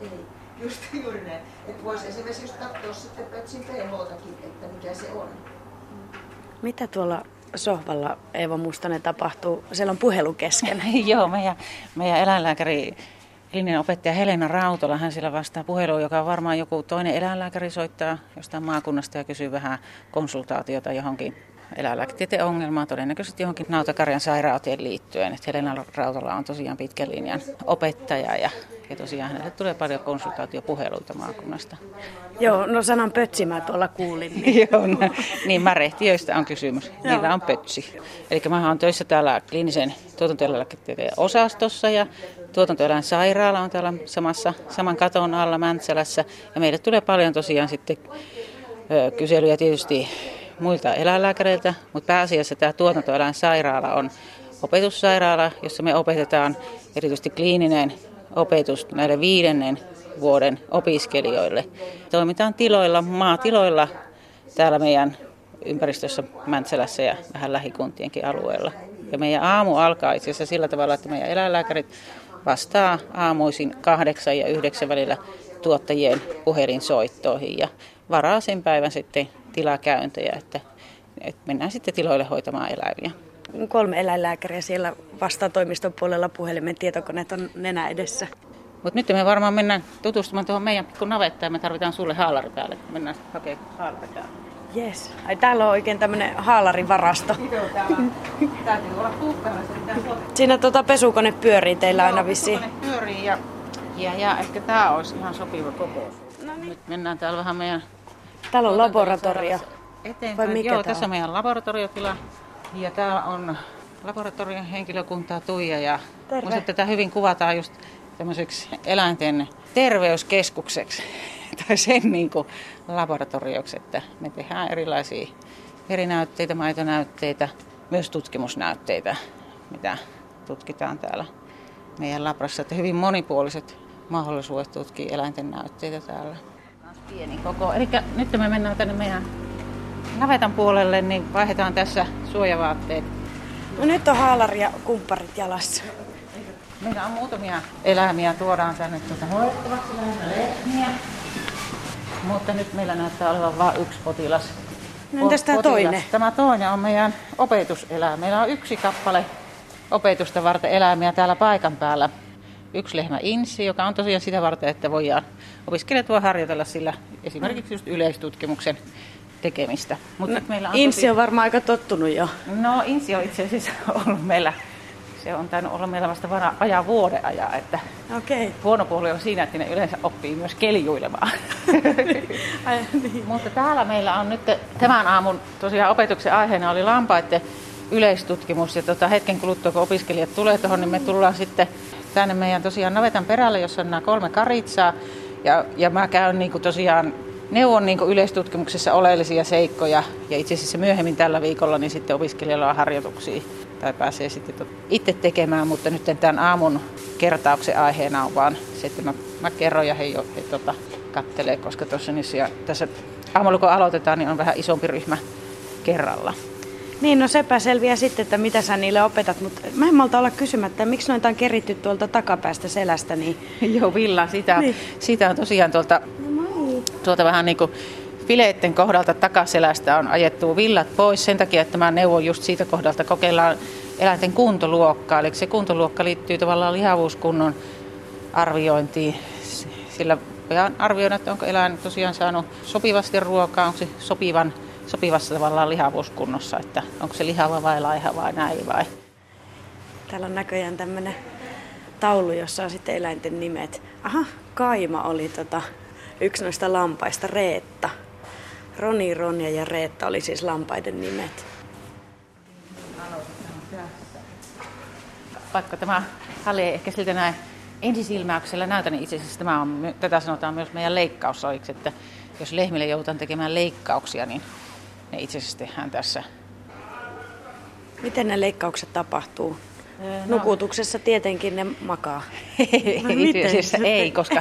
Ei, just juuri näin. Että voisi esimerkiksi just katsoa sitten pötsin pH-takin, että mikä se on. Mitä tuolla sohvalla, Eeva Mustonen, tapahtuu? Siellä on puhelu kesken. Joo, meidän eläinlääkäri linjanopettaja Helena Rautola, hän siellä vastaa puheluun, joka on varmaan joku toinen eläinlääkäri soittaa jostain maakunnasta ja kysyy vähän konsultaatiota johonkin eläinlääketieteen ongelmaan, todennäköisesti johonkin nautakarjan sairauteen liittyen. Että Helena Rautola on tosiaan pitkän linjan opettaja ja tosiaan hänelle tulee paljon konsultaatiopuheluita maakunnasta. Joo, no sanan pötsi mä tuolla kuulin. Joo, niin märehtiöistä on kysymys. Niillä on pötsi. Eli mä oon töissä täällä kliinisen tuotantoeläinlääketieteen osastossa ja tuotantoeläinsairaala on täällä saman katon alla Mäntsälässä. Ja meille tulee paljon tosiaan sitten kyselyjä tietysti muilta eläinlääkäreiltä, mutta pääasiassa tämä tuotantoeläinsairaala on opetussairaala, jossa me opetetaan erityisesti kliininen opetus näille 5. vuoden opiskelijoille. Toimitaan tiloilla, maatiloilla täällä meidän ympäristössä Mäntsälässä ja vähän lähikuntienkin alueella. Ja meidän aamu alkaa itse asiassa sillä tavalla, että meidän eläinlääkärit vastaa aamuisin 8 ja 9 välillä tuottajien puhelinsoittoihin ja varaa sen päivän sitten tilakäyntejä, että mennään sitten tiloille hoitamaan eläimiä. 3 eläinlääkäriä siellä vastatoimiston puolella, puhelimen tietokoneet on nenä edessä. Mutta nyt me varmaan mennään tutustumaan tuohon meidän pikku navettaan ja me tarvitaan sulle haalari päälle. Mennään hakemaan haalari päälle. Jes. Ai täällä on oikein tämmönen haalarin-varasto. Joo, täällä täytyy olla puhkana. Siinä pesukone pyörii teillä aina vissiin. Pesukone pyörii ja ehkä tää olisi ihan sopiva kokous. No niin. Nyt mennään täällä vähän meidän... Täällä on laboratorio. Eteenpäin. Vai mikä Joo, tää tässä on meidän laboratoriotila. Ja täällä on laboratorion henkilökuntaa Tuija. Ja musta tätä hyvin kuvataan just tämmöiseksi eläinten terveyskeskukseksi. Tai sen niin kuin laboratorioksi, että me tehdään erilaisia verinäytteitä, maitonäytteitä, myös tutkimusnäytteitä, mitä tutkitaan täällä meidän labrassa. Että hyvin monipuoliset mahdollisuudet tutkia eläinten näytteitä täällä. Pieni koko. Eli nyt me mennään tänne meidän navetan puolelle, niin vaihdetaan tässä suojavaatteet. No nyt on haalari ja kumpparit jalassa. Meillä on muutamia eläimiä, tuodaan tänne hoidettavaksi lehmiä. Mutta nyt meillä näyttää olevan vain yksi potilas. No entäs tämä toinen? Tämä toinen on meidän opetuseläin. Meillä on 1 kappale opetusta varten eläimiä täällä paikan päällä. 1 lehmä Inssi, joka on tosiaan sitä varten, että opiskelijat voi harjoitella sillä esimerkiksi just yleistutkimuksen tekemistä. No, Inssi on varmaan aika tottunut jo. No Inssi on itse asiassa ollut meillä. Se on tainnut olla meillä vasta vajaa vuoden ajan, että huono puoli on siinä, että ne yleensä oppii myös keljuilemaan. Ai, niin. Mutta täällä meillä on nyt tämän aamun tosiaan opetuksen aiheena oli lampaiden yleistutkimus. Ja hetken kuluttua, kun opiskelijat tulee tuohon, niin me tullaan sitten tänne meidän tosiaan navetan perälle, jossa on nämä 3 karitsaa. Ja mä käyn niin kuin tosiaan neuvon niin kuin yleistutkimuksessa oleellisia seikkoja. Ja itse asiassa myöhemmin tällä viikolla niin sitten opiskelijalla on harjoituksia. Tai pääsee sitten itse tekemään, mutta nyt tämän aamun kertauksen aiheena on vaan se, että mä kerron ja he kattelee, koska tässä aamulla kun aloitetaan, niin on vähän isompi ryhmä kerralla. Niin, no sepä selviää sitten, että mitä sä niille opetat, mutta mä en malta olla kysymättä, miksi noita on keritty tuolta takapäästä selästä? Niin... Joo, Villa, sitä on tosiaan tuolta vähän niin kuin fileitten kohdalta takaselästä on ajettu villat pois sen takia, että mä neuvon just siitä kohdalta kokeillaan eläinten kuntoluokkaa. Eli se kuntoluokka liittyy tavallaan lihavuuskunnon arviointiin. Sillä voidaan arvioida, että onko eläin tosiaan saanut sopivasti ruokaa, onko se sopivassa tavallaan lihavuuskunnossa, että onko se lihava vai laiha vai näin vai. Täällä on näköjään tämmöinen taulu, jossa on sitten eläinten nimet. Aha, Kaima oli yksi noista lampaista, Reetta. Roni, Ronja ja Reetta oli siis lampaiden nimet. Vaikka tämä halli ei ehkä siltä näin ensisilmäyksellä näytä, niin itse asiassa tätä sanotaan myös meidän leikkaussaliksi, että jos lehmille joudutaan tekemään leikkauksia, niin ne itse asiassa tehdään tässä. Miten ne leikkaukset tapahtuu? Nukutuksessa tietenkin ne makaa. Itse asiassa ei, koska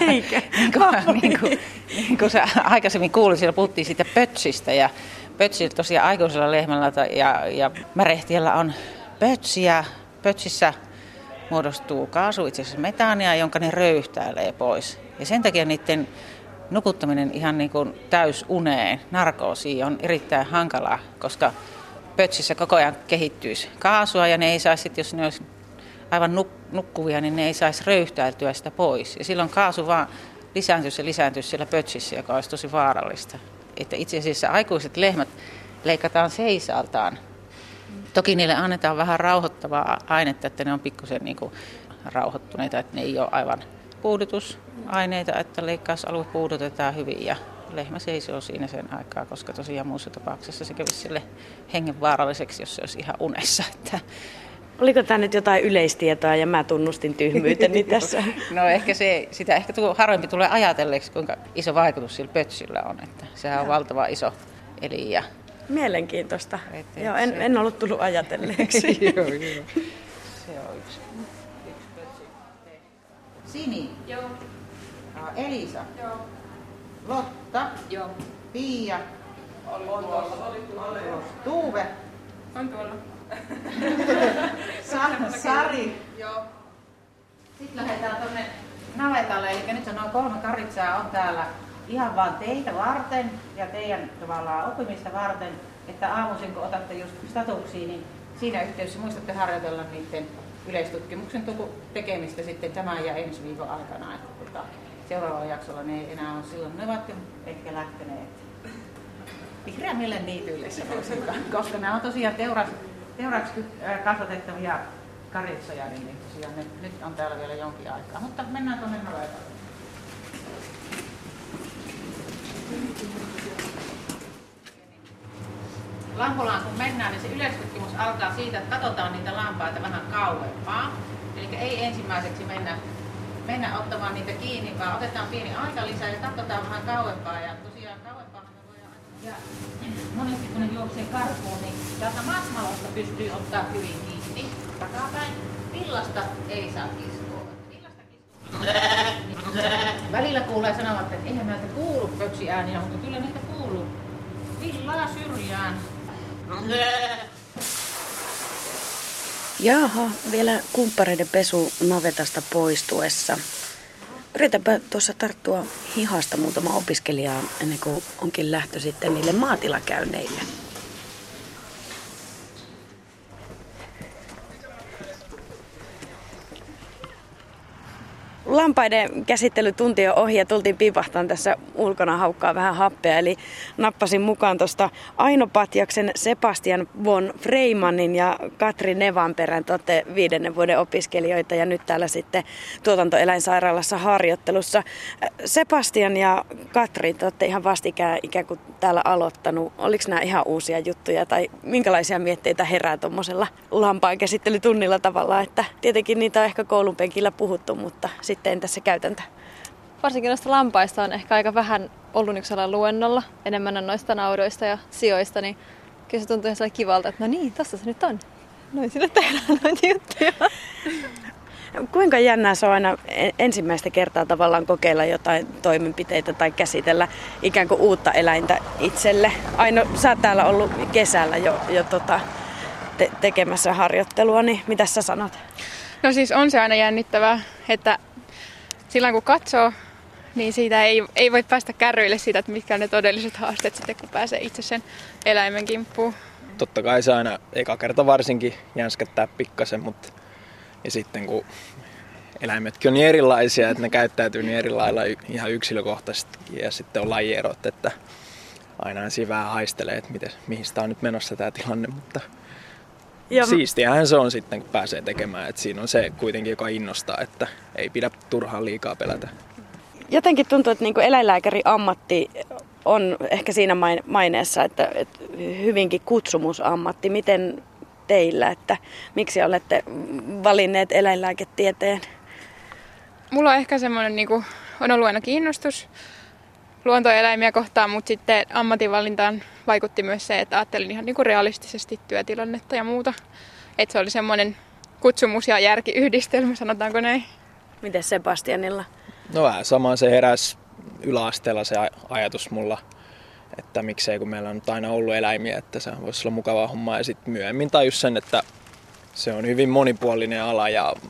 niin kuin sä aikaisemmin kuulin, siellä puhuttiin siitä pötsistä. Ja pötsillä tosiaan aikuisella lehmällä ja märehtijällä on pötsiä. Pötsissä muodostuu kaasu, itse asiassa metaania, jonka ne röyhtäilee pois. Ja sen takia niiden nukuttaminen ihan niin kuin täysuneen, narkoosiin on erittäin hankalaa, koska pötsissä koko ajan kehittyisi kaasua ja ne ei saisi, jos ne olisi aivan nukkuvia, niin ne ei saisi röyhtäiltyä sitä pois. Ja silloin kaasu vaan lisääntyisi siellä pötsissä, joka olisi tosi vaarallista. Että itse asiassa aikuiset lehmät leikataan seisaltaan. Toki niille annetaan vähän rauhoittavaa ainetta, että ne on pikkusen niin kuin rauhoittuneita, että ne ei ole aivan puudutusaineita, että leikkausalue puudutetaan hyvin ja lehmä seisoo siinä sen aikaa, koska tosiaan muussa tapauksessa se kävisi sille hengenvaaralliseksi, jos se olisi ihan unessa. Että oliko tämä nyt jotain yleistietoa ja mä tunnustin tyhmyyteni tässä? No ehkä sitä ehkä harvempi tulee ajatelleeksi, kuinka iso vaikutus sillä pötsillä on. Että sehän on valtava iso elin. Mielenkiintoista. Joo, en ollut tullut ajatelleeksi. Joo. Se on yksi pötsi. Sini. Joo. Elisa. Joo. Lotta. Joo. Pia. On tuolla. Tuuve. On tuolla. Sari. Joo. Sitten lähdetään tuonne navetalle, eli nyt on 3 karitsaa on täällä ihan vaan teitä varten ja teidän tavallaan oppimista varten, että aamuisin kun otatte just statuksia, niin siinä yhteydessä muistatte harjoitella niiden yleistutkimuksen tekemistä sitten tämän ja ensi viikon aikana. Että seuraavalla jaksolla ne ei enää ole silloin, ne ovat ehkä lähteneet vihreämmille niityille sanoisinkaan, koska nämä on tosiaan teuraksi kasvatettavia karitsoja, niin tosiaan nyt on täällä vielä jonkin aikaa, mutta mennään tuonne navetalle. Lampolaan kun mennään, niin se yleistutkimus alkaa siitä, että katsotaan niitä lampaita vähän kauempaa. Eli ei ensimmäiseksi mennä ottamaan niitä kiinni, vaan otetaan pieni aikalisä ja katsotaan vähän kauempaa. Ja tosiaan kauempaa me voidaan. Ja monesti kun ne juoksee karkuun, niin täältä masmalosta pystyy ottaa hyvin kiinni takapäin. Villasta ei saa kiskoa. Välillä kuulee sanovat, että eihän näiltä kuulu pöksiääniä, mutta kyllä niitä kuuluu. Villaa syrjään. Jaha, vielä kumppareiden pesu navetasta poistuessa. Yritäpä tuossa tarttua hihasta muutama opiskelijaa ennen kuin onkin lähtö sitten niille maatilakäynneille. Lampaiden käsittelytunti on ohi ja tultiin piipahtaan tässä ulkona haukkaa vähän happea. Eli nappasin mukaan tuosta Aino Patjaksen, Sebastian von Freimanin ja Katri Nevanperän. Te olette 5. vuoden opiskelijoita ja nyt täällä sitten tuotantoeläinsairaalassa harjoittelussa. Sebastian ja Katri, te olette ihan vastikään ikään kuin täällä aloittanut. Oliko nämä ihan uusia juttuja tai minkälaisia mietteitä herää tuommoisella lampaan käsittelytunnilla tavallaan? Että tietenkin niitä on ehkä koulun penkillä puhuttu, mutta sitten tässä käytäntö. Varsinkin noista lampaista on ehkä aika vähän ollut yksellä luennolla, enemmän on noista naudoista ja sijoista, niin kyllä se tuntuu ihan kivalta, että no niin, tossa se nyt on. Noin sille tehdään noita juttuja. Kuinka jännää se on aina ensimmäistä kertaa tavallaan kokeilla jotain toimenpiteitä tai käsitellä ikään kuin uutta eläintä itselle? Aino, sä oot täällä ollut kesällä jo tekemässä harjoittelua, niin mitä sä sanot? No siis on se aina jännittävää, että silloin kun katsoo, niin siitä ei voi päästä kärryille siitä, että mitkä on ne todelliset haasteet sitten, kun pääsee itse sen eläimen kimppuun. Totta kai se aina eka kerta varsinkin jänskättää pikkasen, mutta ja sitten kun eläimetkin on niin erilaisia, että ne käyttäytyy niin eri lailla ihan yksilökohtaisesti ja sitten on lajierot, että aina siinä vähän haistelee, että mihin sitä on nyt menossa tämä tilanne, mutta siistiähän se on sitten, kun pääsee tekemään, että siinä on se kuitenkin, joka innostaa, että ei pidä turhaan liikaa pelätä. Jotenkin tuntuu, että niin kuin eläinlääkärin ammatti on ehkä siinä maineessa, että hyvinkin kutsumusammatti. Miten teillä, että miksi olette valinneet eläinlääketieteen? Mulla on ehkä semmoinen, on ollut aina kiinnostus luontoeläimiä kohtaan, mutta sitten ammatinvalintaan vaikutti myös se, että ajattelin ihan realistisesti työtilannetta ja muuta. Että se oli semmoinen kutsumus- ja järkiyhdistelmä, sanotaanko näin. Miten Sebastianilla? No vähän sama, se heräsi yläasteella se ajatus mulla, että miksei kun meillä on nyt aina ollut eläimiä, että se voisi olla mukavaa hommaa. Ja sitten myöhemmin tajus sen, että se on hyvin monipuolinen ala ja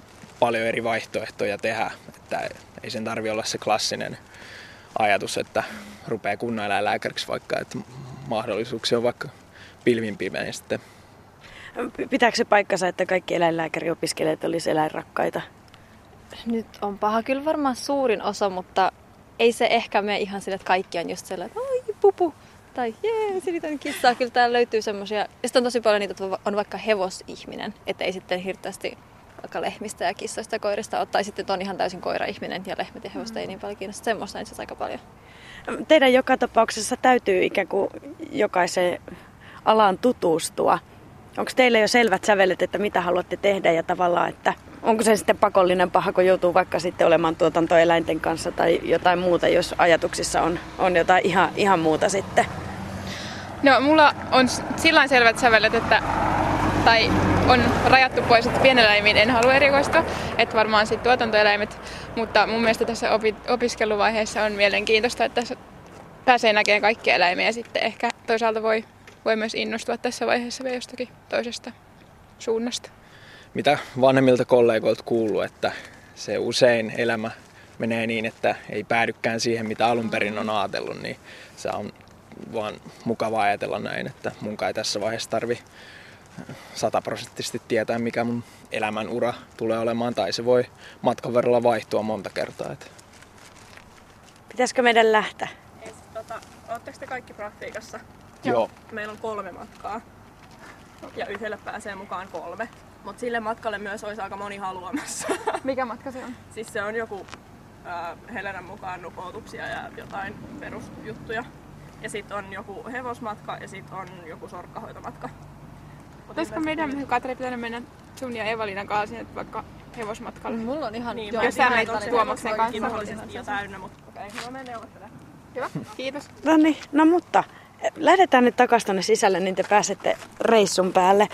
paljon eri vaihtoehtoja tehdä. Että ei sen tarvitse olla se klassinen ajatus, että rupeaa kunnaneläinlääkäriksi vaikka, että mahdollisuuksia on vaikka pilvin pimein sitten. Pitääkö se paikkansa, että kaikki eläinlääkäriopiskelijat olisivat eläinrakkaita? Nyt on paha kyllä varmaan suurin osa, mutta ei se ehkä mene ihan sille, että kaikki on just sellainen, että oi pupu, tai jee, silitän kissaa. Kyllä täällä löytyy semmoisia, ja sitten on tosi paljon niitä, että on vaikka hevosihminen, että ei sitten hirveästi vaikka lehmistä ja kissoista ja koirista ole, tai sitten on ihan täysin koira-ihminen ja lehmät ja hevosta ei niin paljon kiinnosta. Semmoista on itse asiassa aika paljon. Teidän joka tapauksessa täytyy ikään kuin jokaiseen alaan tutustua. Onko teillä jo selvät sävelet, että mitä haluatte tehdä ja tavallaan, että onko se sitten pakollinen paha, kun joutuu vaikka sitten olemaan tuotantoeläinten kanssa tai jotain muuta, jos ajatuksissa on jotain ihan muuta sitten? No mulla on sillain selvät sävelet, että tai on rajattu pois, että pieneläimiin en halua erikoistua, että varmaan sitten tuotantoeläimet, mutta mun mielestä tässä opiskeluvaiheessa on mielenkiintoista, että tässä pääsee näkemään kaikkia eläimiä ja sitten ehkä toisaalta voi myös innostua tässä vaiheessa vielä jostakin toisesta suunnasta. Mitä vanhemmilta kollegoilta kuuluu, että se usein elämä menee niin, että ei päädykään siihen, mitä alun perin on ajatellut, niin se on vaan mukava ajatella näin, että mun kai tässä vaiheessa tarvii 100% tietää, mikä mun elämän ura tulee olemaan, tai se voi matkan varrella vaihtua monta kertaa. Pitäisikö meidän lähteä? Oletteko te kaikki praktiikassa? Joo. Meillä on 3 matkaa ja yhdelle pääsee mukaan 3. Mutta sille matkalle myös olisi aika moni haluamassa. Mikä matka se on? Siis se on joku Helenan mukaan nupoutuksia ja jotain perusjuttuja. Ja sitten on joku hevosmatka ja sitten on joku sorkkahoitomatka. Olisiko meidän, Katri, pitänyt mennä sun ja Eeva-Liinan kanssa sinne vaikka hevosmatkalle? Mulla on ihan... Niin, jos sä menet Tuomaksen kanssa. Mahdollisesti jo täynnä, mutta okei, mä menen neuvottelemaan. Hyvä, kiitos. No niin, no mutta lähdetään nyt takaisin tonne sisälle, niin te pääsette reissun päälle.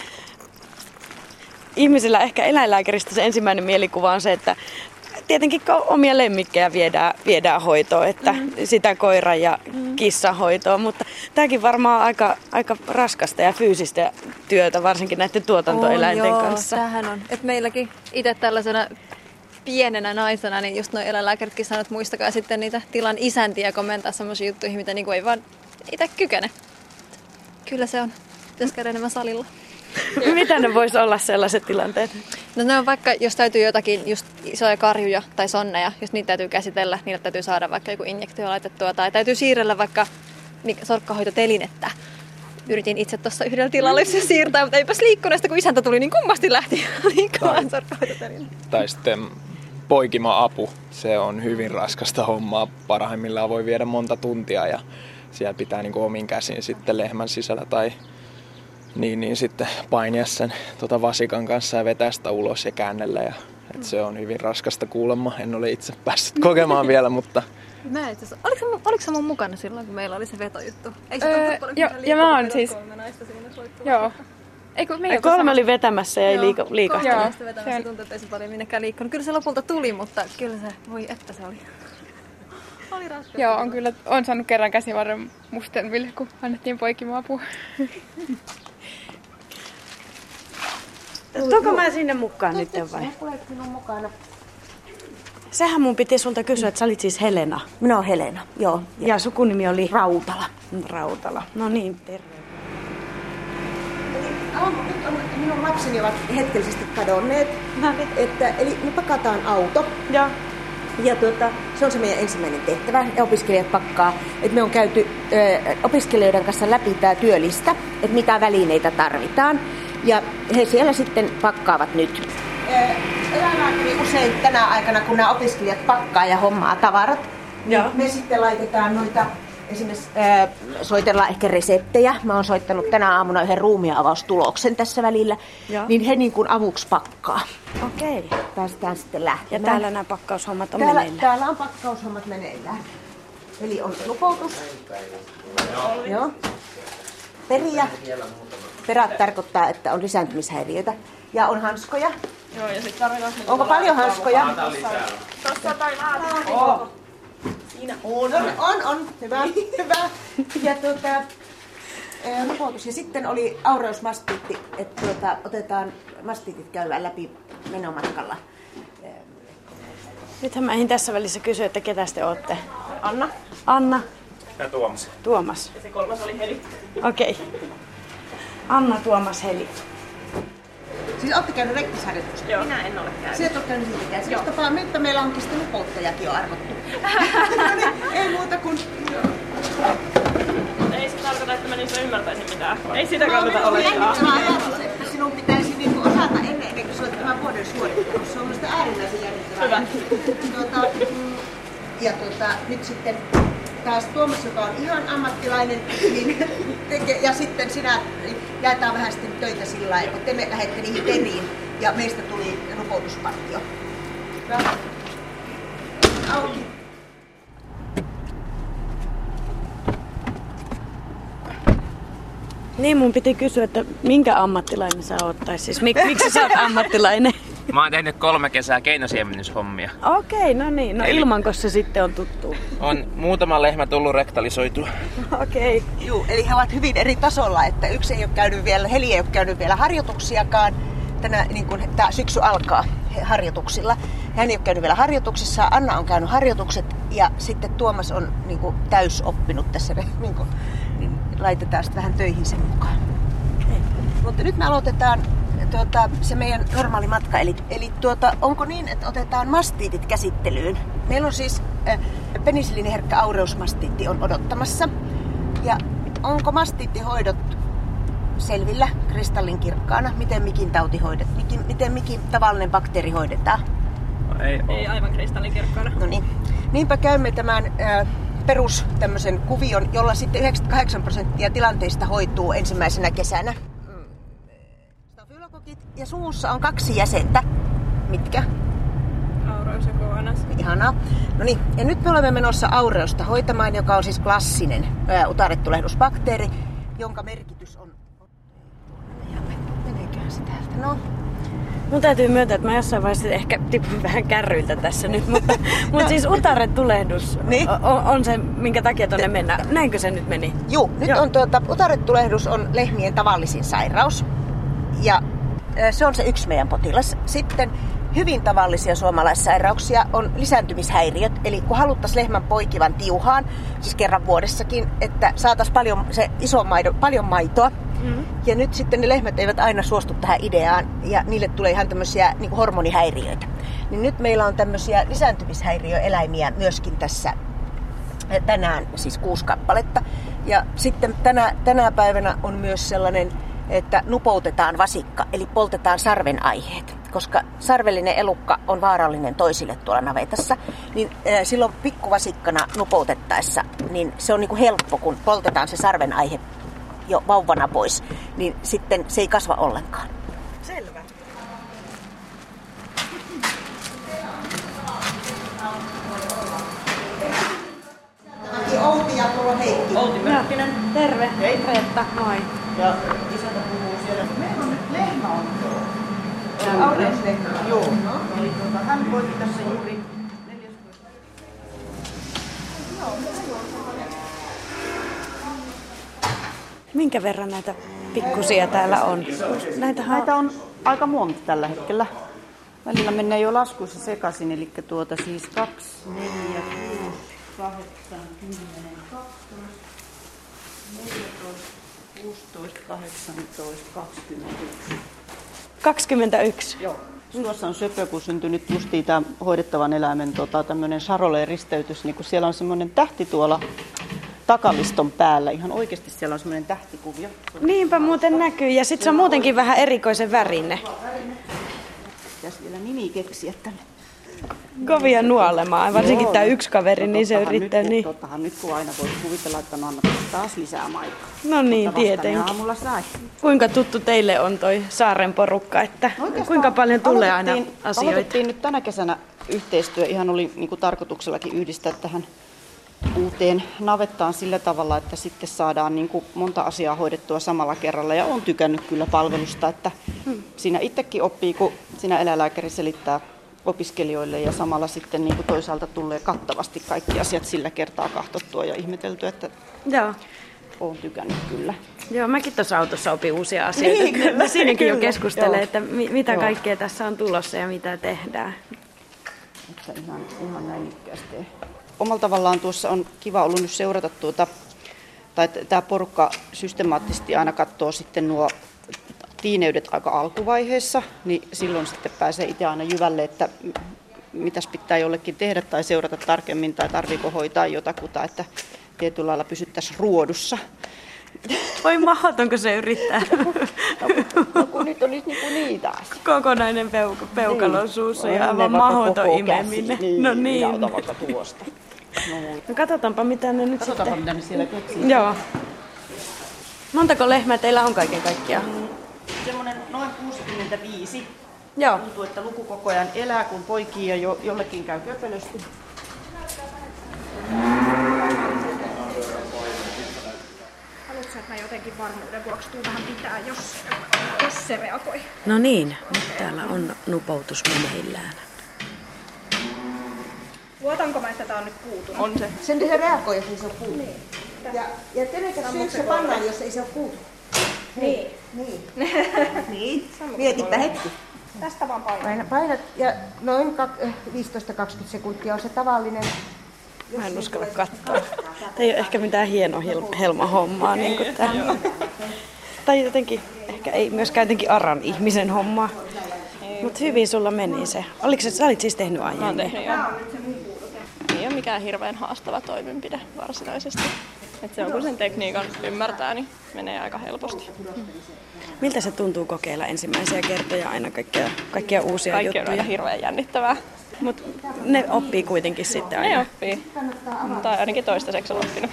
Ihmisillä ehkä eläinlääkäristä se ensimmäinen mielikuva on se, että tietenkin omia lemmikkejä viedään hoitoon, että sitä koiran ja kissan hoitoon, mutta tämäkin varmaan aika raskasta ja fyysistä työtä, varsinkin näiden tuotantoeläinten kanssa. Tämähän on. Et meilläkin itse tällaisena pienenä naisena, niin just nuo eläinlääkäritkin sanoo, että muistakaa sitten niitä tilan isäntiä komentaa semmoisia juttuja, mitä niinku ei vaan itse kykene. Kyllä se on. Pitäisi käydä enemmän salilla. Mitä ne vois olla sellaiset tilanteet? No ne on vaikka, jos täytyy jotakin just isoja karjuja tai sonneja, jos niitä täytyy käsitellä, niille täytyy saada vaikka joku injektio laitettua tai täytyy siirrellä vaikka sorkkahoitotelinettä. Yritin itse tuossa yhdellä tilalla siirtää, mutta eipäs liikkuneesta, kun isäntä tuli, niin kummasti lähti liikkumaan sorkkahoitotelinettä. Tai sitten poikima-apu. Se on hyvin raskasta hommaa. Parhaimmillaan voi viedä monta tuntia ja siellä pitää niin kuin omin käsin sitten lehmän sisällä tai niin sitten painia sen vasikan kanssa ja vetää sitä ulos ja käännellä. Ja, se on hyvin raskasta kuulemma. En ole itse päässyt kokemaan vielä, mutta... Mä itse asiassa, oliko sä mun mukana silloin, kun meillä oli se vetojuttu? Ei ja mä oon siis... Joo. Ei, 3 oli vetämässä ja ei liikahtanut. Joo, sitä vetämässä tuntuu, että ei se paljon minnekään liikkunut. Kyllä se lopulta tuli, mutta kyllä se, voi että se oli. Oli raskasta. Joo, on saanut kerran käsivarren mustelmille, kun annettiin poikima-apua. Tuonko mä sinne mukaan nyt vai? Sinun mukana. Sehän mun piti sulta kysyä, että sä olit siis Helena. Minä olen Helena, joo. Ja sukunimi oli? Rautala. Rautala. No niin, terve. Nyt on, minun lapseni ovat hetkellisesti kadonneet. Eli me pakataan auto. Ja se on se meidän ensimmäinen tehtävä. Ja opiskelijat pakkaa. Et me on käyty opiskelijoiden kanssa läpi tämä työlista, että mitä välineitä tarvitaan. Ja he siellä sitten pakkaavat nyt. Eläinlääkäri usein tänä aikana, kun nämä opiskelijat pakkaa ja hommaa tavarat, niin me sitten laitetaan noita, esimerkiksi soitellaan ehkä reseptejä. Mä oon soittanut tänä aamuna yhden ruumiinavaustuloksen tässä välillä, niin he niin kuin avuksi pakkaa. Okei. Päästään sitten lähtemään. Ja täällä nämä pakkaushommat on meneillään? Täällä on pakkaushommat meneillään. Eli on nupoutus. Joo. Periä. Perat tarkoittaa, että on lisääntymishäiriöitä. Ja on hanskoja. Joo, ja sitten tarvitaan... Onko paljon hanskoja? Tuossa tai laatikko. Siinä on. Hyvä. Ja nupoutus. Ja sitten oli aureusmastiitti, että otetaan mastiitit käydään läpi menomatkalla. Nythän mä ehdin tässä välissä kysyä, että ketä te ootte? Anna. Anna. Ja Tuomas. Tuomas. Ja se kolmas oli Heli. Okei. Anna, Tuomas, Heli. Siis ootte käynyt rektisharjoituksella? Joo. Minä en ole käynyt. Sieltä on käynyt siitäkään. Siis tapaa, nyt meillä onkin sitten lupouttajakin jo arvottu. No niin, ei muuta kuin... Ei se tarkoita, että mä niistä ymmärtäisin mitään. Ei sitä kannata olettaa. Ajatus, että sinun pitäisi niinku osata ennen kuin sä olet tämän vuoden suorittanut. Se on minusta äärimmäisen jännittävää. Hyvä. Nyt sitten taas Tuomas, joka on ihan ammattilainen, niin ja sitten sinä jaetaan vähän sitten töitä sillä lailla, kun te lähdette niihin teriin ja meistä tuli rupoutuspartio. Hyvä. Auki. Niin, mun piti kysyä, että minkä ammattilainen sä oot, tai siis miksi sä oot ammattilainen? Mä oon tehnyt 3 kesää keinosiemennyshommia. Okei, no niin. No ilmanko se sitten on tuttu? On muutama lehmä tullut rektalisoitua. Okei. Juu, eli he ovat hyvin eri tasolla, että yksi ei ole käynyt vielä, Heli ei ole käynyt vielä harjoituksiakaan. Tänä niin kun tämä syksy alkaa harjoituksilla. Hän ei ole käynyt vielä harjoituksissa, Anna on käynyt harjoitukset ja sitten Tuomas on niin kuin täysoppinut tässä, niin laitetaan sitten vähän töihin sen mukaan. Mutta nyt me aloitetaan se meidän normaali matka. Eli onko niin, että otetaan mastiitit käsittelyyn? Meillä on siis penisiliiniherkkä aureusmastiitti on odottamassa. Ja onko mastiittihoidot selvillä kristallinkirkkaana? Miten mikin tauti hoidetaan? Miten mikin tavallinen bakteeri hoidetaan? Ei aivan kristallinkirkkaana. No niin. Niinpä käymme tämän perus tämmöisen kuvion, jolla sitten 98% tilanteista hoituu ensimmäisenä kesänä. Stafylokokit ja suussa on 2 jäsentä. Mitkä? Aureus ja Koanas. Ihanaa. No niin, ja nyt me olemme menossa aureusta hoitamaan, joka on siis klassinen utarettulehdusbakteeri, jonka merkitys on... Meneeköhän se täältä? No. Mun täytyy myöntää, että mä jossain vaiheessa ehkä tipun vähän kärryiltä tässä nyt, mutta siis utaretulehdus niin? on se, minkä takia tonne mennään. Näinkö se nyt meni? Juu, nyt on utaretulehdus on lehmien tavallisin sairaus ja se on se yksi meidän potilas. Sitten hyvin tavallisia suomalaissairauksia on lisääntymishäiriöt, eli kun haluttaisiin lehmän poikivan tiuhaan, siis kerran vuodessakin, että saataisiin paljon maitoa. Mm-hmm. Ja nyt sitten ne lehmät eivät aina suostu tähän ideaan ja niille tulee ihan tämmöisiä niin kuin hormonihäiriöitä. Niin nyt meillä on tämmöisiä lisääntymishäiriöeläimiä myöskin tässä tänään, siis 6 kappaletta. Ja sitten tänä päivänä on myös sellainen, että nupoutetaan vasikka, eli poltetaan sarven aiheet. Koska sarvellinen elukka on vaarallinen toisille tuolla navetassa, niin silloin pikkuvasikkana nupoutettaessa, niin se on niin kuin helppo, kun poltetaan se sarven aihe jo vauvana pois, niin sitten se ei kasva ollenkaan. Selvä. Outi ja tuolla Heikki. Outi Mörkkinen. Terve. Hei. Reetta. Moi. Ja isäntä puhuu siellä. Meillä on nyt lehmä on tuo. Aureuslehmä. Joo. Eli hän poikki tässä juuri 14. Minkä verran näitä pikkusia täällä on? Näitä on aika monta tällä hetkellä. Välillä menee jo laskuissa sekaisin, eli siis 2, 4, 6, 8, 10, 12, 14, 16, 18, 21. 21? Joo. Tuossa on söpö, kun syntyi nyt justiin tämä hoidettavan eläimen tämmöinen Charolais-risteytys, niin kun siellä on semmoinen tähti tuolla takaliston päällä. Ihan oikeasti siellä on semmoinen tähtikuvio. Niinpä muuten näkyy. Ja sitten se on muutenkin vähän erikoisen värinen. Pitäisi vielä nimi keksiä tänne. Kovia nuolemaan. Varsinkin tämä yksi kaveri, niin se yrittää. Nyt, niin. Tottahan nyt kun aina voi kuvitella, että no anna taas lisää maitoa. No niin, tietenkin. Aamulla sai. Kuinka tuttu teille on toi saaren porukka? Että kuinka paljon tulee aina asioita? Aloitettiin nyt tänä kesänä yhteistyö. Ihan oli niin kuin tarkoituksellakin yhdistää tähän uuteen navettaan sillä tavalla, että sitten saadaan niin kuin monta asiaa hoidettua samalla kerralla. Ja olen tykännyt kyllä palvelusta, että siinä itsekin oppii, kun siinä eläinlääkäri selittää opiskelijoille ja samalla sitten niin kuin toisaalta tulee kattavasti kaikki asiat sillä kertaa katsottua ja ihmeteltyä, että Joo. olen tykännyt kyllä. Joo, mäkin tuossa autossa opin uusia asioita. Niin, kyllä, siinäkin kyllä. jo keskustelee, Joo. että mitä Joo. kaikkea tässä on tulossa ja mitä tehdään. Että ihan näin ikkästi. Omalla tavallaan tuossa on kiva ollut nyt seurata tai tämä porukka systemaattisesti aina katsoo sitten nuo tiineydet aika alkuvaiheessa, niin silloin sitten pääsee itse aina jyvälle, että mitäs pitää jollekin tehdä tai seurata tarkemmin tai tarviiko hoitaa jotakuta, että tietyllä lailla pysyttäisiin ruodussa. Voi mahdotonko se yrittää? No kun nyt olisi niitä. Kokonainen peukalo niin. Suussa ja aivan mahdoton imeminen. Niin, no niin. Ja ota vaikka tuosta. No katsotaanpa mitä ne nyt Katsotaanpa sitten. mitä ne siellä keksii. Joo. Montako lehmää teillä on kaiken kaikkiaan? Semmoinen noin 65. Joo. Tuntuu, että luku koko ajan elää, kun poikii ja jollekin käy köpelösti. Haluatko, että mä jotenkin varmuuden vuoksi tuun vähän pitää, jos se reagoi? No niin, nyt täällä on nupoutus meneillään. Luotanko mä, että tää on nyt puutunut? On se. Sen se reagoi, jos ei se ole puutunut. Niin. Ja kenenkään syyksi se pannaan, jos ei se ole puutunut. Niin. Niin. Mietipä hetki. Tästä vaan painat. Painat ja noin 15-20 sekuntia on se tavallinen. Mä en uskalla katsoa. Tämä ei ole ehkä mitään hienoa helmahommaa. Niin kuin tämä. Tai jotenkin, ehkä ei myöskään jotenkin aran ihmisen hommaa. Mutta hyvin sulla meni se. Sä olit siis tehnyt aiemmin? Mä oon tehnyt jo. Ei ole mikään hirveän haastava toimenpide varsinaisesti. Et se on, kun sen tekniikan ymmärtää, niin menee aika helposti. Miltä se tuntuu kokeilla ensimmäisiä kertoja aina kaikkia uusia Kaikki juttuja? on aina hirveän jännittävää. Mutta ne oppii kuitenkin sitten aina. Ne oppii. Tai ainakin toistaiseksi on oppinut.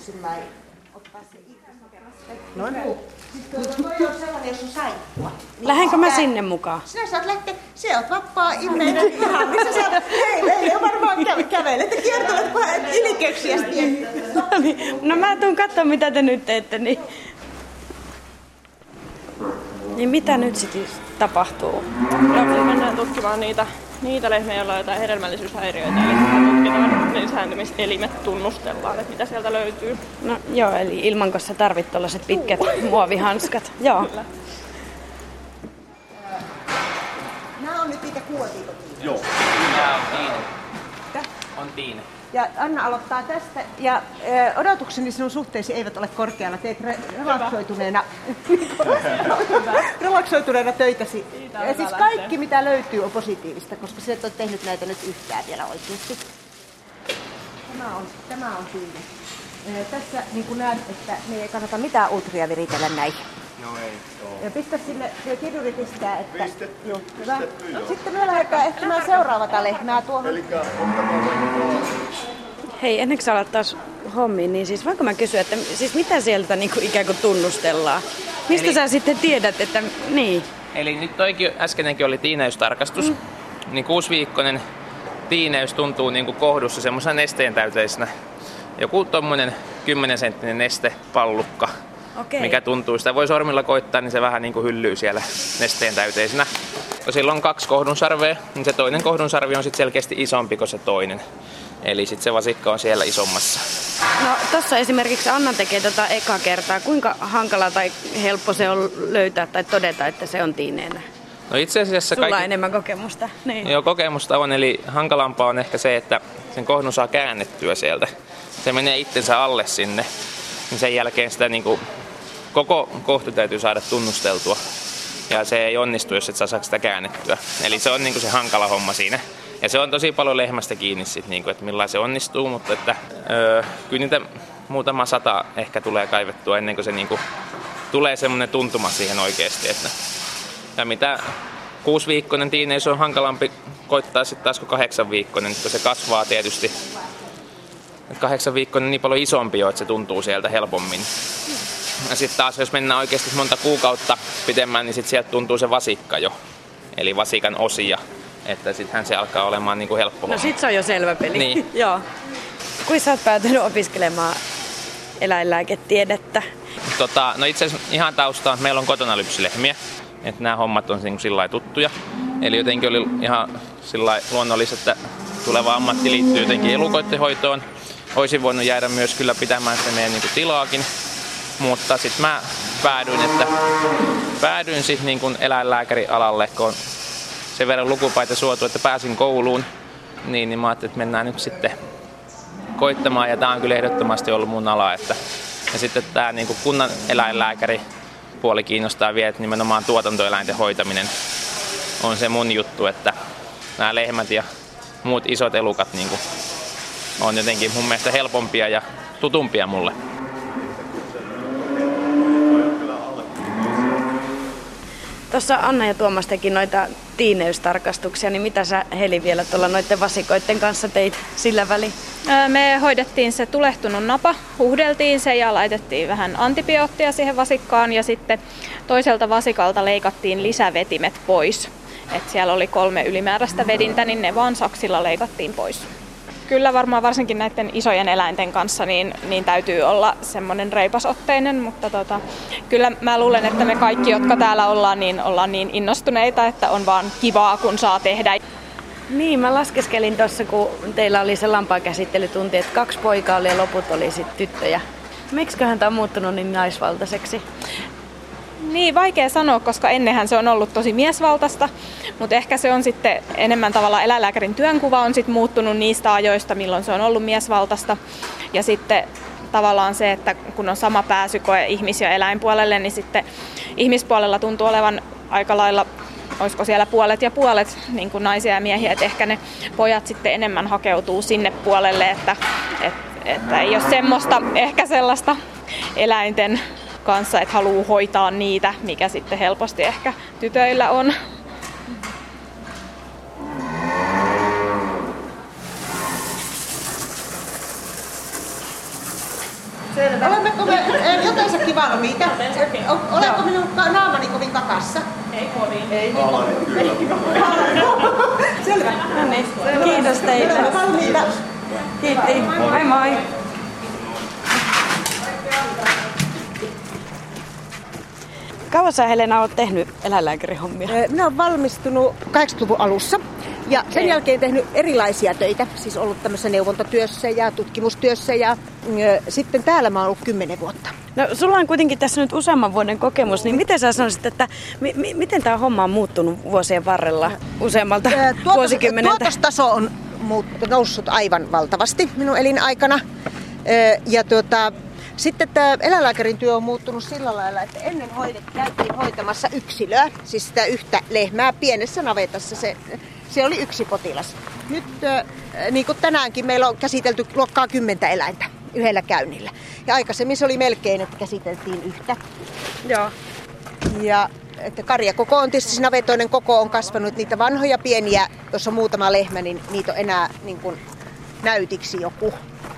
Noin muu. Toi on sellainen, jos on saippua. Lähdenkö mä sinne mukaan? Sinä saat lähteä, se oot vapaa ihminen ihan, missä sä oot, hei, varmaan kävelet ja kiertelet vähän yliköksiä. No mä tuun katsomaan, mitä te nyt teette. Niin mitä nyt sitten tapahtuu? No, me mennään tutkimaan niitä lehmiä, joilla on jotain hedelmällisyyshäiriöitä. Eli tutkitaan lisääntymiselimet, tunnustellaan, että mitä sieltä löytyy. No joo, eli ilmanko sä tarvit tollaset pitkät muovihanskat? Joo. Kyllä. Nämä on nyt niitä kuotikotiina. Joo. Tämä on Tiine. On Tiine. Ja Anna aloittaa tästä. Ja odotukseni sinun suhteesi eivät ole korkealla. Teet relaksoituneena töitäsi. Ja siis kaikki mitä löytyy on positiivista, koska sä et ole tehnyt näitä nyt yhtään vielä oikeasti. Tämä on siinä. Tässä niin kuin näet, että me ei kannata mitään ultria viritellä näihin. No ei. Ja pistä sille, kirjuri pistää, että... Joo, hyvä. Sitten me lähdetään etsimään seuraavata lehmää tuohon. Hei, ennen kuin sä alat taas hommiin, niin siis voinko mä kysyä, että siis mitä sieltä niin kuin ikään kuin tunnustellaan? Mistä sä sitten tiedät, että niin? Eli nyt toikin äskenenkin oli tiineystarkastus. Niin 6-viikkoinen tiineys tuntuu niin kuin kohdussa semmoisena nesteen täyteisenä. Joku tommonen 10-senttinen nestepallukka. Okei. Mikä tuntuu, sitä voi sormilla koittaa, niin se vähän niin kuin hyllyy siellä nesteen täyteisenä. Kun sillä on 2 kohdunsarvea, niin se toinen kohdunsarvi on sitten selkeästi isompi kuin se toinen. Eli sitten se vasikka on siellä isommassa. No tossa esimerkiksi Anna tekee tätä eka kertaa. Kuinka hankala tai helppo se on löytää tai todeta, että se on tiineenä? No itse asiassa Sulla on enemmän kokemusta. Niin. Joo, kokemusta on, eli hankalampaa on ehkä se, että sen kohdun saa käännettyä sieltä. Se menee itsensä alle sinne. Niin sen jälkeen sitä niin kuin, koko kohtu täytyy saada tunnusteltua. Ja se ei onnistu, jos et saa sitä käännettyä. Eli se on niin kuin se hankala homma siinä. Ja se on tosi paljon lehmästä kiinni, sit, niin kuin, että millä se onnistuu, mutta että, kyllä niitä muutama 100 ehkä tulee kaivettua ennen kuin se niin kuin, tulee semmoinen tuntuma siihen oikeasti. Että, ja mitä 6-viikkoinen tiineys on hankalampi koittaa sitten taas kuin 8-viikkoinen, kun se kasvaa tietysti. 8-viikkoinen niin paljon isompi jo, että se tuntuu sieltä helpommin. Ja sitten taas jos mennään oikeasti monta kuukautta pidemmän, niin sitten sieltä tuntuu se vasikka jo. Eli vasikan osia. Että sittenhän se alkaa olemaan niin kuin helppo. No sit se on jo selvä peli. Niin. Joo. Kuinka sä oot päätynyt opiskelemaan eläinlääketiedettä? No itse asiassa ihan taustaa, meillä on kotona lypsylehmiä. Että nämä hommat on niin sillä tuttuja. Eli jotenkin oli ihan sillä luonnollista, että tuleva ammatti liittyy jotenkin elukoiden hoitoon. Olisin voinut jäädä myös kyllä pitämään sitä meidän niin kuin tilaakin. Mutta sitten mä päädyin sitten niin kuin eläinlääkärialalle, kun on sen verran lukupaita suotu, että pääsin kouluun. niin mä ajattelin, että mennään nyt sitten koittamaan. Ja tämä on kyllä ehdottomasti ollut mun ala. Ja sitten tämä niin kuin kunnan eläinlääkäri puoli kiinnostaa vielä, että nimenomaan tuotantoeläinten hoitaminen on se mun juttu, että nämä lehmät ja muut isot elukat niin kuin on jotenkin mun mielestä helpompia ja tutumpia mulle. Tuossa Anna ja Tuomas teki noita tiineystarkastuksia, niin mitä sä Heli vielä tuolla noiden vasikoiden kanssa teit sillä väliin? Me hoidettiin se tulehtunut napa, huuhdeltiin se ja laitettiin vähän antibioottia siihen vasikkaan ja sitten toiselta vasikalta leikattiin lisävetimet pois. Et siellä oli 3 ylimääräistä vedintä, niin ne vaan saksilla leikattiin pois. Kyllä varmaan varsinkin näiden isojen eläinten kanssa niin täytyy olla semmoinen reipasotteinen, mutta kyllä mä luulen, että me kaikki, jotka täällä ollaan niin innostuneita, että on vaan kivaa, kun saa tehdä. Niin, mä laskeskelin tuossa, kun teillä oli se lampaankäsittelytunti, että 2 poikaa oli ja loput oli sitten tyttöjä. Miksiköhän tämä on muuttunut niin naisvaltaiseksi? Niin, vaikea sanoa, koska ennenhän se on ollut tosi miesvaltaista, mutta ehkä se on sitten enemmän tavallaan eläinlääkärin työnkuva on sitten muuttunut niistä ajoista, milloin se on ollut miesvaltaista. Ja sitten tavallaan se, että kun on sama pääsykoe ihmis- ja eläinpuolelle, niin sitten ihmispuolella tuntuu olevan aika lailla, olisiko siellä puolet ja puolet niin kuin naisia ja miehiä, että ehkä ne pojat sitten enemmän hakeutuu sinne puolelle, että ei ole semmoista ehkä sellaista eläinten kanssa, että haluaa hoitaa niitä, mikä sitten helposti ehkä tytöillä on. Selvä. Olemmeko me jotensakin valmiita? Olenko minun naamani kovin kakassa? Ei kovin. Ei Selvä. No niin. Kiitos teille. Olemme valmiita. Kiitti. Moi moi. Kauan sä Helena oot tehnyt eläinlääkärihommia? Minä olen valmistunut 80-luvun alussa ja sen jälkeen tehnyt erilaisia töitä. Siis ollut tämmöisessä neuvontatyössä ja tutkimustyössä ja sitten täällä mä oon ollut 10 vuotta. No sulla on kuitenkin tässä nyt useamman vuoden kokemus, niin miten sä sanoisit, että miten tämä homma on muuttunut vuosien varrella useammalta vuosikymmeneltä? Tuotostaso on noussut aivan valtavasti minun elinaikana ja sitten tämä eläinlääkärin työ on muuttunut sillä lailla, että ennen käytiin hoitamassa yksilöä, siis sitä yhtä lehmää pienessä navetassa. Se oli yksi potilas. Nyt niin kuin tänäänkin meillä on käsitelty luokkaa 10 eläintä yhdellä käynnillä. Ja aikaisemmin se oli melkein, että käsiteltiin yhtä. Joo. Ja että karjakoko on tietysti, navetoinen koko on kasvanut. Niitä vanhoja pieniä, jos on muutama lehmä, niin niitä on enää niin kuin näytiksi joku.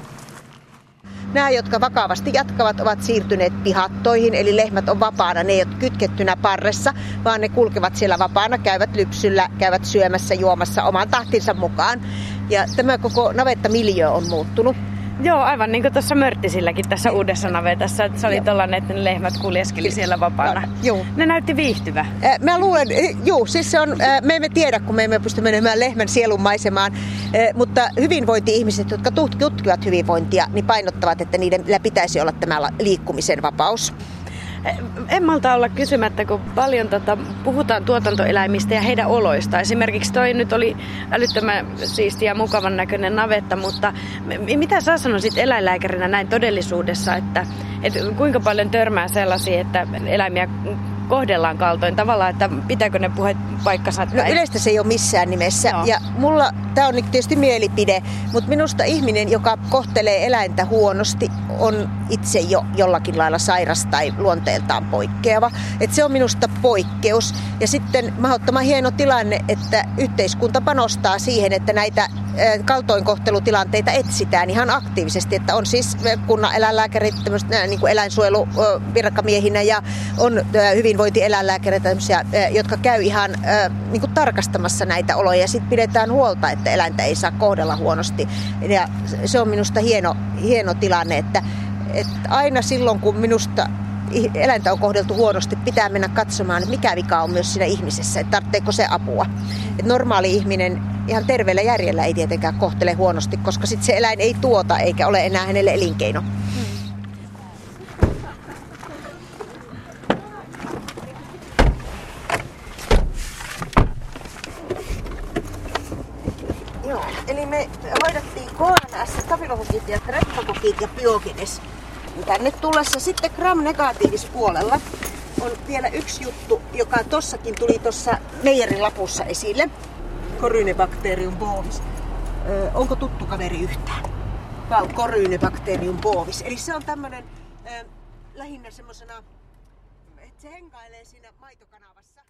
Nämä, jotka vakavasti jatkavat, ovat siirtyneet pihattoihin, eli lehmät on vapaana. Ne ei ole kytkettynä parressa, vaan ne kulkevat siellä vapaana, käyvät lypsyllä, käyvät syömässä, juomassa oman tahtinsa mukaan. Ja tämä koko navettamiljöö on muuttunut. Joo, aivan niin kuin tuossa Mörttisilläkin tässä uudessa navetassa. Se oli tollainen, että ne lehmät kuljeskeli siellä vapaana. Joo. Ne näytti viihtyvä. Mä luulen, siis se on, me emme tiedä, kun me emme pysty menemään lehmän sielun maisemaan, mutta hyvinvointi-ihmiset, jotka tutkivat hyvinvointia, niin painottavat, että niiden pitäisi olla tämä liikkumisen vapaus. En malta olla kysymättä, kun paljon puhutaan tuotantoeläimistä ja heidän oloista. Esimerkiksi toi nyt oli älyttömän siisti ja mukavan näköinen navetta, mutta mitä sä sanoisit eläinlääkärinä näin todellisuudessa, että kuinka paljon törmää sellaisia, että eläimiä kohdellaan kaltoin tavallaan, että pitääkö ne puheet paikkansa? No yleistä se ei ole missään nimessä. Joo. Ja mulla, tämä on tietysti mielipide, mutta minusta ihminen, joka kohtelee eläintä huonosti, on itse jo jollakin lailla sairas tai luonteeltaan poikkeava. Et se on minusta poikkeus. Ja sitten mahdottoman hieno tilanne, että yhteiskunta panostaa siihen, että näitä kaltoinkohtelutilanteita etsitään ihan aktiivisesti. Että on siis kunnan eläinlääkärit niin kuin eläinsuojeluvirkamiehinä ja on hyvinvointieläinlääkäreitä, jotka käy ihan niin kuin tarkastamassa näitä oloja ja sitten pidetään huolta, että eläintä ei saa kohdella huonosti. Ja se on minusta hieno tilanne, että aina silloin kun minusta eläintä on kohdeltu huonosti, pitää mennä katsomaan, että mikä vika on myös siinä ihmisessä, että tarvitseeko se apua. Että normaali ihminen ihan terveellä järjellä ei tietenkään kohtele huonosti, koska sitten se eläin ei tuota eikä ole enää hänelle elinkeino. Eli streptokokit ja streptokokit ja pyogenes. Tänne tullessa sitten gram-negatiivispuolella on vielä yksi juttu, joka tossakin tuli tuossa meijerin lapussa esille. Corynebacterium bovis. Onko tuttu kaveri yhtään? Corynebacterium bovis. Eli se on tämmönen lähinnä semmosena, että se henkailee siinä maitokanavassa.